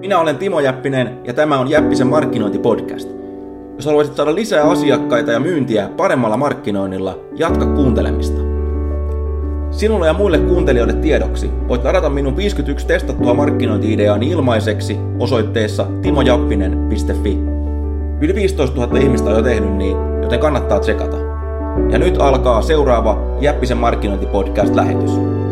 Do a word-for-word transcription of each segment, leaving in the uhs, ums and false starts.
Minä olen Timo Jäppinen ja tämä on Jäppisen markkinointipodcast. Jos haluaisit saada lisää asiakkaita ja myyntiä paremmalla markkinoinnilla, jatka kuuntelemista. Sinulle ja muille kuuntelijoille tiedoksi voit ladata minun viisikymmentäyksi testattua markkinointi-ideaani ilmaiseksi osoitteessa timojappinen piste fi. Yli viisitoistatuhatta ihmistä on jo tehnyt niin, joten kannattaa tsekata. Ja nyt alkaa seuraava Jäppisen markkinointipodcast-lähetys.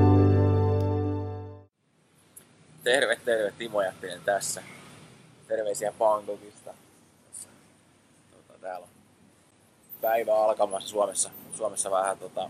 Terve, terve, Timo Jäppinen tässä. Terveisiä Bangkokista. Tota, täällä on päivä alkamassa Suomessa. Suomessa vähän tota,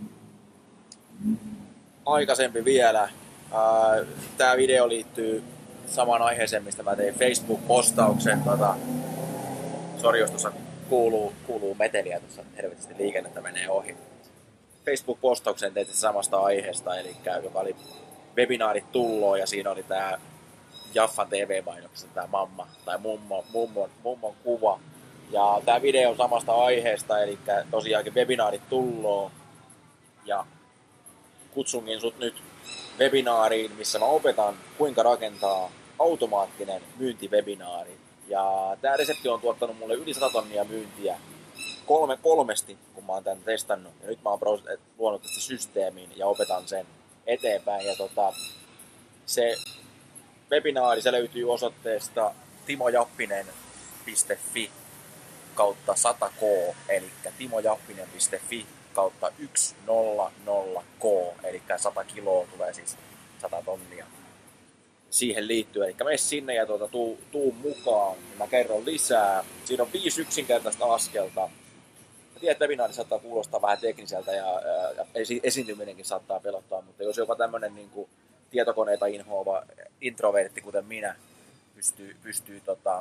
aikaisempi vielä. Tää video liittyy samaan aiheeseen, mistä mä tein Facebook-postauksen. Tota, sori, jos tuossa kuuluu, kuuluu meteliä, tuossa helvetisti liikennettä menee ohi. Facebook-postauksen tein samasta aiheesta, eli joka oli webinaarit tulloo, ja siinä oli tää Jaffan T V-mainoksessa tää mamma tai mummo, mummon, mummon kuva. Ja tää video on samasta aiheesta, eli tosiaankin webinaarit tulloo. Ja kutsunkin sut nyt webinaariin, missä mä opetan, kuinka rakentaa automaattinen myyntivebinaari. Ja tää resepti on tuottanut mulle yli sata tonnia myyntiä kolme kolmesti, kun mä oon tän testannut. Ja nyt mä oon luonut tästä systeemiin ja opetan sen eteenpäin. Ja tota, se webinaari, se löytyy osoitteesta timojappinen piste fi kautta sata k, eli timojappinen piste fi kautta sata k, eli sata kiloa tulee siis sata tonnia siihen liittyy. Eli mene sinne ja tuota, tuu, tuu mukaan, niin mä kerron lisää. Siinä on viisi yksinkertaista askelta. Mä tiedän, että webinaari saattaa kuulostaa vähän tekniseltä ja, ja esiintyminenkin saattaa pelottaa, mutta jos jopa tämmönen niin kuin tietokoneita inhoava introvertti, kuten minä, pystyy, pystyy tota,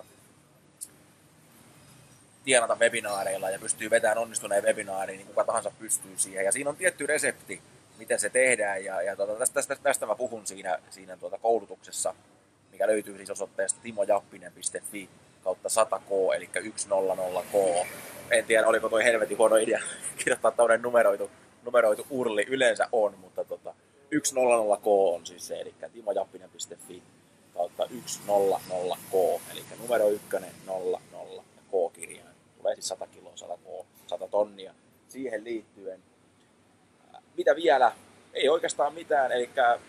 tienata webinaareilla ja pystyy vetämään onnistuneen webinaariin, niin kuka tahansa pystyy siihen. Ja siinä on tietty resepti, miten se tehdään, ja, ja tuota, tästä, tästä, tästä mä puhun siinä, siinä tuota koulutuksessa, mikä löytyy siis osoitteesta timojappinen piste fi kautta sata k, eli sata k. En tiedä, oliko toi helvetin huono idea kirjoittaa tämmöinen numeroitu, numeroitu urli, yleensä on, mutta tota, sata k on siis se, eli timojappinen piste fi kautta sata k, eli numero ykkönen nolla nolla K-kirjain. Tulee siis sata kiloa, sata k, sata tonnia siihen liittyen. Mitä vielä? Ei oikeastaan mitään, eli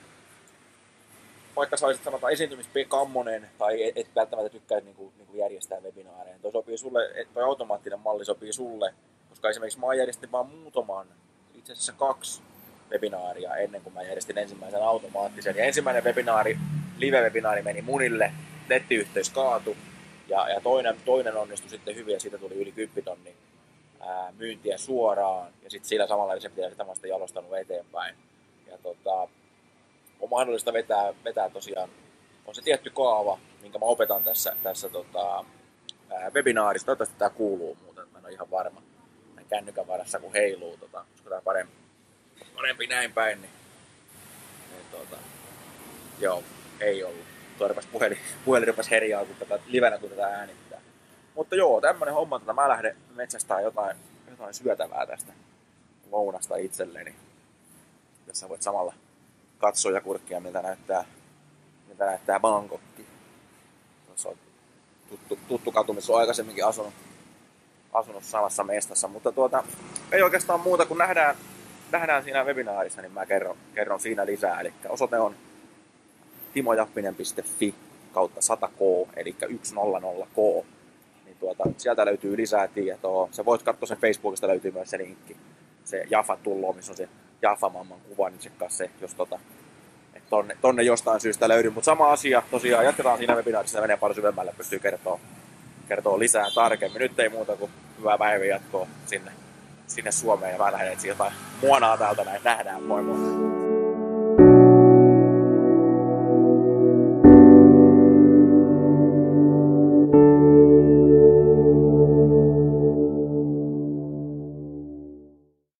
vaikka sä olisit sanotaan esiintymiskammonen tai et, et välttämättä tykkää niinku, niinku järjestää webinaareja, toi, sopii sulle, toi automaattinen malli sopii sulle, koska esimerkiksi mä järjestin vaan muutaman, itse asiassa kaksi webinaaria ennen kuin mä järjestin ensimmäisen automaattisen. Ja ensimmäinen webinaari, live-webinaari meni munille, nettiyhteys kaatui ja, ja toinen, toinen onnistui sitten hyvin ja siitä tuli yli kymmenen tonnia ää, myyntiä suoraan ja sitten sillä samalla reseptillä sitä mä sitten jalostanut eteenpäin. Ja tota, on mahdollista vetää, vetää tosiaan, on se tietty kaava, minkä mä opetan tässä, tässä tota, ää, webinaarissa. Toivottavasti tää kuuluu muuten, mä en ole ihan varma. Näin kännykän varassa kun heiluu, tota, koska tää parempi, parempi näin päin, niin, niin tota, joo, ei ollut. Tuo rupesi puhelin, puhelin rupesi herjaa kun tätä livenä, kun tätä äänittää. Mutta joo, tämmönen homma, että mä lähden metsästään jotain, jotain syötävää tästä lounasta itselleni. Tässä voit samalla katsoa ja kurkkia, miltä näyttää, miltä näyttää Bangkokki. Tuossa on tuttu, tuttu katu, missä on aikaisemminkin asunut, asunut samassa mestassa. Mutta tuota, ei oikeastaan muuta, kun nähdään, nähdään siinä webinaarissa, niin mä kerron, kerron siinä lisää. Eli osoite on timojappinen piste fi kautta sata k, eli sata k. Niin tuota, sieltä löytyy lisää tietoa. Sä voit katsoa sen Facebookista, löytyy myös se linkki. Se Jaffa tulloo, missä on se Jaffa-mamman kuva, niin tsekkaa se, jos tota, et tonne, tonne jostain syystä löydy. Mutta sama asia, tosiaan jatketaan siinä webinaarissa, menee paljon syvemmälle, pystyy kertoa, kertoa lisää tarkemmin. Nyt ei muuta kuin hyvää päivän jatkoa sinne, sinne Suomeen ja mä lähden etsiä jotain muonaa täältä näin. Nähdään, moi moi!